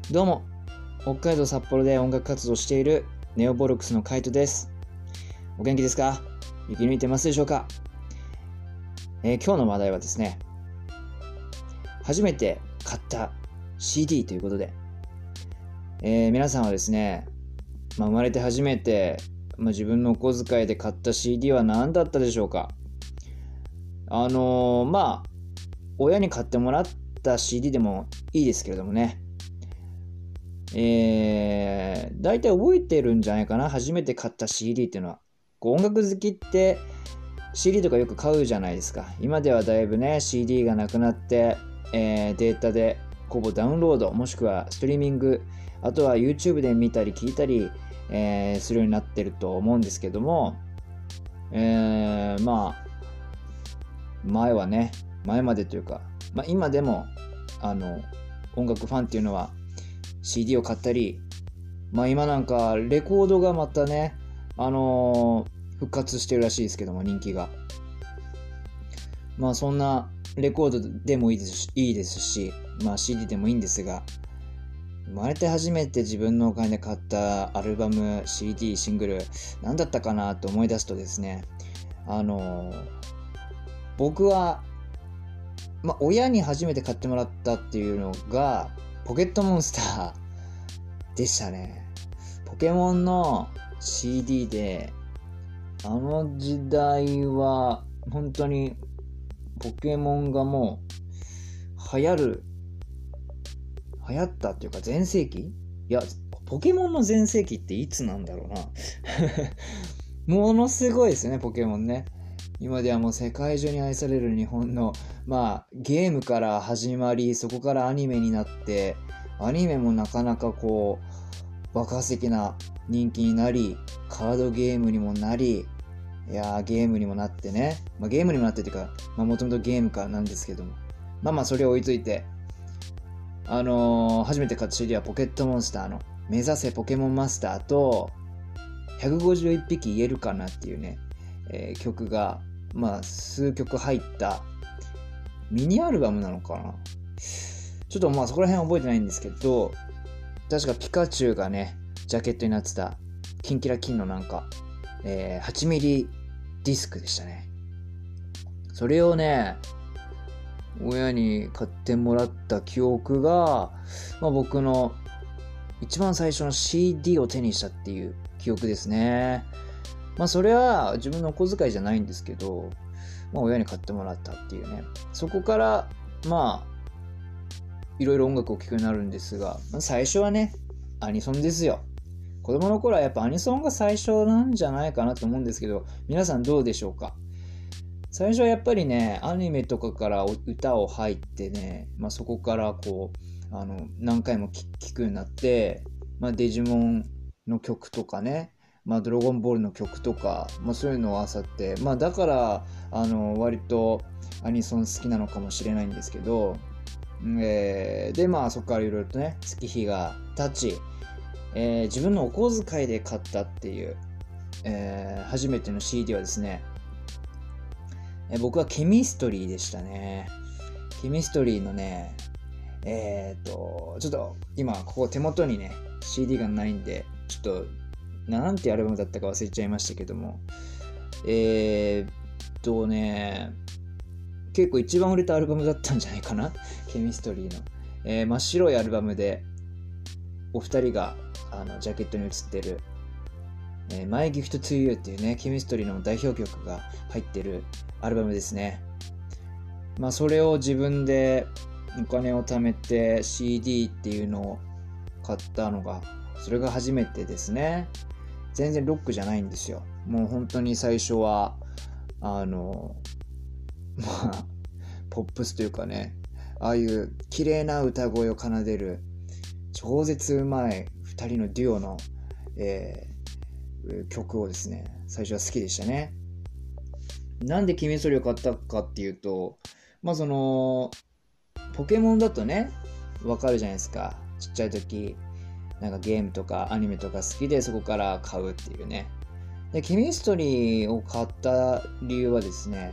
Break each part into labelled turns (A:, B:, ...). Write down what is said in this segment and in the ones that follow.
A: どうも、北海道札幌で音楽活動しているネオボルクスのカイトです。お元気ですか？生き抜いてますでしょうか？今日の話題はですね、初めて買った CD ということで、皆さんはですね、生まれて初めて、自分のお小遣いで買った CD は何だったでしょうか？親に買ってもらった CD でもいいですけれどもね、大体覚えてるんじゃないかな。初めて買った CD っていうのは音楽好きって CD とかよく買うじゃないですか。今ではだいぶね CD がなくなって、データでほぼダウンロードもしくはストリーミング、あとは YouTube で見たり聞いたり、するようになってると思うんですけども、前はね、前までというか、今でも音楽ファンっていうのはCD を買ったり、今なんかレコードがまたね、復活してるらしいですけども、人気が。そんなレコードでもいいですし、CD でもいいんですが、生まれて初めて自分のお金で買ったアルバム、CD、シングル、何だったかなと思い出すとですね、僕は、親に初めて買ってもらったっていうのが、ポケットモンスターでしたね。ポケモンの CD で、あの時代は本当にポケモンがもう流行ったっていうか全盛期？いや、ポケモンの全盛期っていつなんだろうな。ものすごいですよね、ポケモンね。今ではもう世界中に愛される日本のゲームから始まり、そこからアニメになって、アニメもなかなか爆発的な人気になり、カードゲームにもなり、ゲームにもなってね、ゲームにもなってっていうか、もともとゲーム化なんですけども、それを追いついて、初めて買った CD はポケットモンスターの目指せポケモンマスターと、151匹言えるかなっていうね、曲が、数曲入ったミニアルバムなのかな。ちょっとそこら辺は覚えてないんですけど、確かピカチュウがね、ジャケットになってたキンキラキンの8ミリディスクでしたね。それをね、親に買ってもらった記憶が、僕の一番最初の CD を手にしたっていう記憶ですね。それは自分のお小遣いじゃないんですけど、親に買ってもらったっていうね。そこからいろいろ音楽を聴くようになるんですが、最初はね、アニソンですよ。子供の頃はやっぱアニソンが最初なんじゃないかなと思うんですけど、皆さんどうでしょうか？最初はやっぱりね、アニメとかから歌を入ってね、そこから何回も聴くようになって、デジモンの曲とかね、ドラゴンボールの曲とか、そういうのを漁って、だから割とアニソン好きなのかもしれないんですけど、でそこからいろいろとね、月日が経ち、自分のお小遣いで買ったっていう、初めての CD はですね、僕はケミストリーでしたね。ケミストリーのね、ちょっと今ここ手元にね CD がないんで、ちょっとなんてアルバムだったか忘れちゃいましたけども、結構一番売れたアルバムだったんじゃないかな、ケミストリーの、真っ白いアルバムでお二人がジャケットに写ってる、My Gift to You っていうね、ケミストリーの代表曲が入ってるアルバムですね。それを自分でお金を貯めて CD っていうのを買ったのが、それが初めてですね。全然ロックじゃないんですよ。もう本当に最初はポップスというかね、ああいう綺麗な歌声を奏でる超絶うまい2人のデュオの、曲をですね、最初は好きでしたね。なんで君それを買ったかっていうと、そのポケモンだとね、わかるじゃないですか。ちっちゃい時ゲームとかアニメとか好きでそこから買うっていうね。で、ケミストリーを買った理由はですね、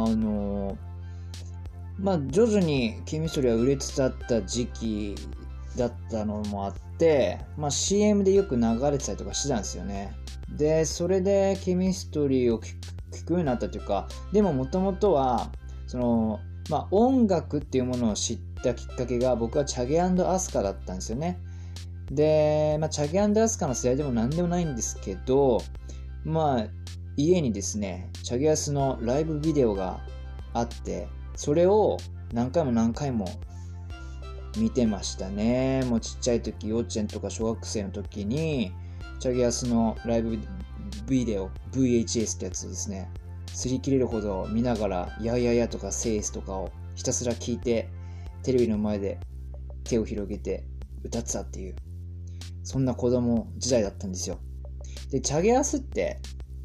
A: 徐々にケミストリーは売れつつあった時期だったのもあって、CM でよく流れてたりとかしてたんですよね。でそれでケミストリーを聞くようになったというか、でももともとはその、音楽っていうものを知ったきっかけが、僕はチャゲ&アスカだったんですよね。で、チャゲ&アスカの世代でも何でもないんですけど、家にですねチャゲアスのライブビデオがあって、それを何回も見てましたね。もうちっちゃい時、幼稚園とか小学生の時にチャゲアスのライブビデオ VHS ってやつですね、擦り切れるほど見ながらやややとかセイスとかをひたすら聞いて、テレビの前で手を広げて歌ってたっていう、そんな子供時代だったんですよ。でチャゲアスって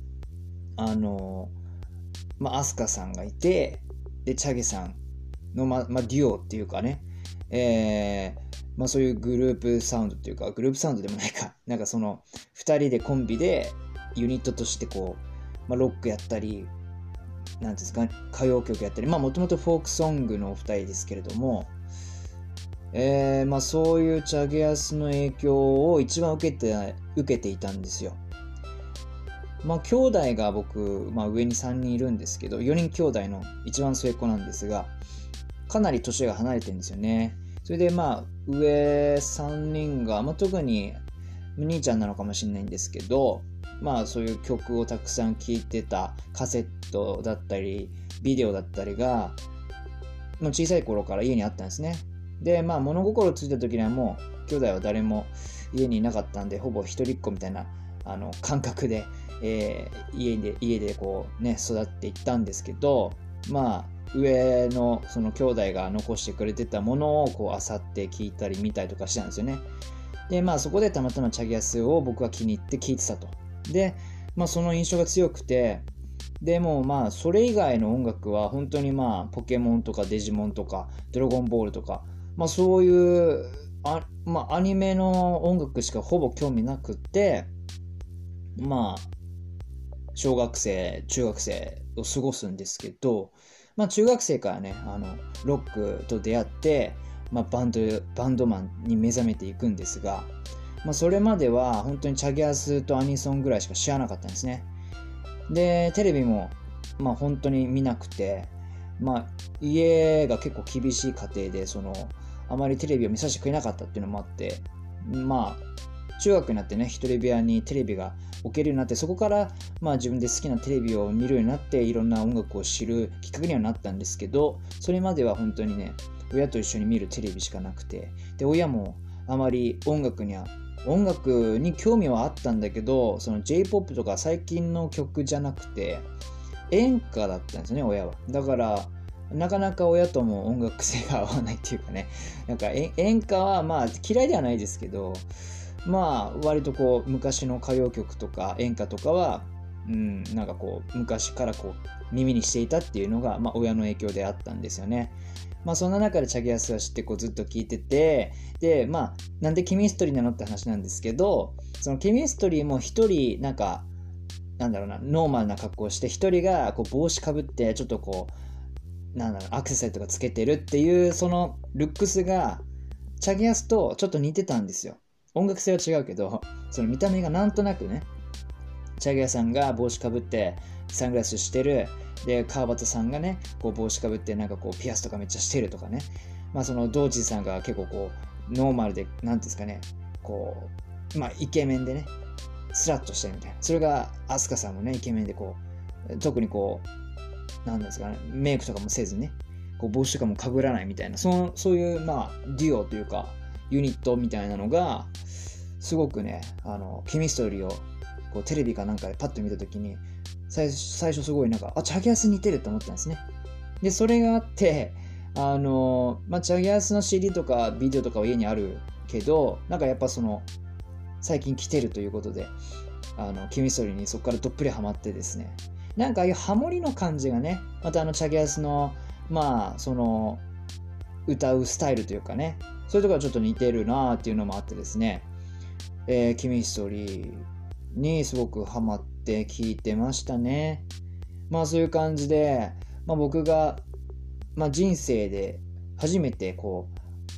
A: アスカさんがいて、でチャゲさんの、デュオっていうかね、そういうグループサウンドっていうか、グループサウンドでもないか、なんかその2人でコンビでユニットとしてこう、ロックやったり、なんですか、歌謡曲やったり、もともとフォークソングの2人ですけれども、そういうチャゲアスの影響を一番受けていたんですよ。兄弟が僕、上に3人いるんですけど、4人兄弟の一番末っ子なんですが、かなり年が離れてるんですよね。それで上3人が、特に兄ちゃんなのかもしれないんですけど、そういう曲をたくさん聴いてたカセットだったりビデオだったりがもう小さい頃から家にあったんですね。で物心ついた時にはもう兄弟は誰も家にいなかったんで、ほぼ一人っ子みたいな感覚で、家でこうね育っていったんですけど、上のその兄弟が残してくれてたものをこう漁って聞いたり見たりとかしたんですよね。でそこでたまたまチャゲアスを僕は気に入って聞いてたと。でその印象が強くて、でもそれ以外の音楽は本当にポケモンとかデジモンとかドラゴンボールとかそういうアニメの音楽しかほぼ興味なくって、小学生中学生を過ごすんですけど、中学生からねロックと出会って、バンドマンに目覚めていくんですが、それまでは本当にチャゲアスとアニソンぐらいしか知らなかったんですね。でテレビも本当に見なくて、家が結構厳しい家庭であまりテレビを見させてくれなかったっていうのもあって、中学になってね一人部屋にテレビが置けるようになって、そこから自分で好きなテレビを見るようになって、いろんな音楽を知るきっかけにはなったんですけど、それまでは本当にね親と一緒に見るテレビしかなくて、で親もあまり音楽に興味はあったんだけど、その J-POP とか最近の曲じゃなくて演歌だったんですね、親は。だからなかなか親とも音楽性が合わないっていうかね、なんか演歌は嫌いではないですけど、割とこう昔の歌謡曲とか演歌とかは、なんかこう昔からこう耳にしていたっていうのが、親の影響であったんですよね。そんな中でチャゲアスは知ってこうずっと聞いてて、でなんでケミストリーなのって話なんですけど、そのケミストリーも一人なんかノーマルな格好をして、一人がこう帽子かぶってちょっとこうアクセサリーとかつけてるっていう、そのルックスがチャゲアスとちょっと似てたんですよ。音楽性は違うけど、その見た目がなんとなくね、チャゲアさんが帽子かぶってサングラスしてる、で川端さんがねこう帽子かぶってなんかこうピアスとかめっちゃしてるとかね、その道知さんが結構こうノーマルでなんですかね、こうイケメンでねスラッとしてるみたいな、それがアスカさんもねイケメンでこう特にこうなんですかね、メイクとかもせずねこう帽子とかもかぶらないみたいな、そういうデュオというかユニットみたいなのがすごくねケミストリーをこうテレビかなんかでパッと見た時に最初すごいなんかチャゲアス似てると思ったんですね。でそれがあってチャゲアスの CD とかビデオとかは家にあるけど、なんかやっぱその最近来てるということでケミストリーにそこからどっぷりハマってですね、なんかああいうハモリの感じがねまたチャゲアスのその歌うスタイルというかね、そういうところはちょっと似てるなっていうのもあってですね、ケミストリーにすごくハマって聴いてましたね。そういう感じで、僕が、人生で初めてこ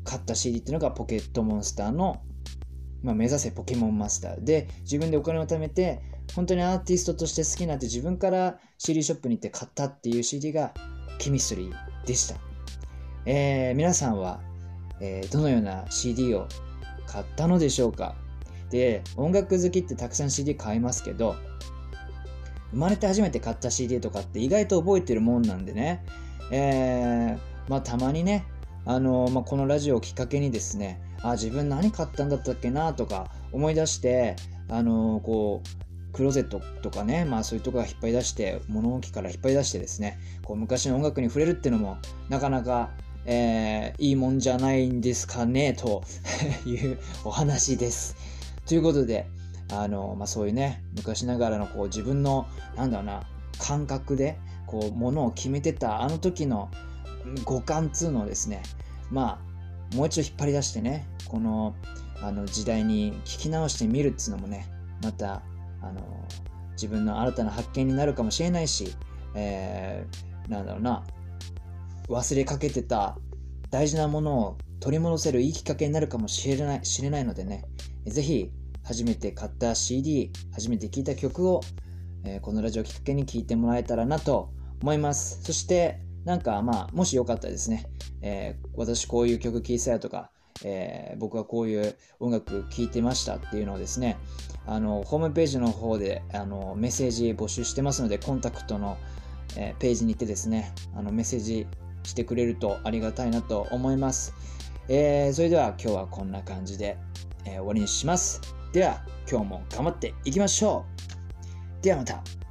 A: 買った CD っていうのがポケットモンスターの、目指せポケモンマスターで、自分でお金を貯めて本当にアーティストとして好きになって自分から CD ショップに行って買ったっていう CD がケミストリーでした。皆さんは、どのような CD を買ったのでしょうか。で、音楽好きってたくさん CD 買いますけど、生まれて初めて買った CD とかって意外と覚えてるもんなんでね、たまにね、このラジオをきっかけにですね、自分何買ったんだったっけなとか思い出して、クローゼットとかね、そういうとこが引っ張り出して、物置から引っ張り出してですね、昔の音楽に触れるっていうのもなかなか、いいもんじゃないんですかねというお話です。ということで、そういうね、昔ながらの自分の感覚でものを決めてたあの時の五感っていうのをですね、もう一度引っ張り出してね、この時代に聞き直してみるっていうのもね、また自分の新たな発見になるかもしれないし、忘れかけてた大事なものを取り戻せるいいきっかけになるかもしれないのでね、ぜひ初めて買った CD、初めて聴いた曲を、このラジオをきっかけに聴いてもらえたらなと思います。そしてもしよかったらですね、私こういう曲聴いてたよとか、僕はこういう音楽聴いてましたっていうのをですね、ホームページの方でメッセージ募集してますので、コンタクトの、ページに行ってですね、メッセージしてくれるとありがたいなと思います。それでは今日はこんな感じで、終わりにします。では今日も頑張っていきましょう。ではまた。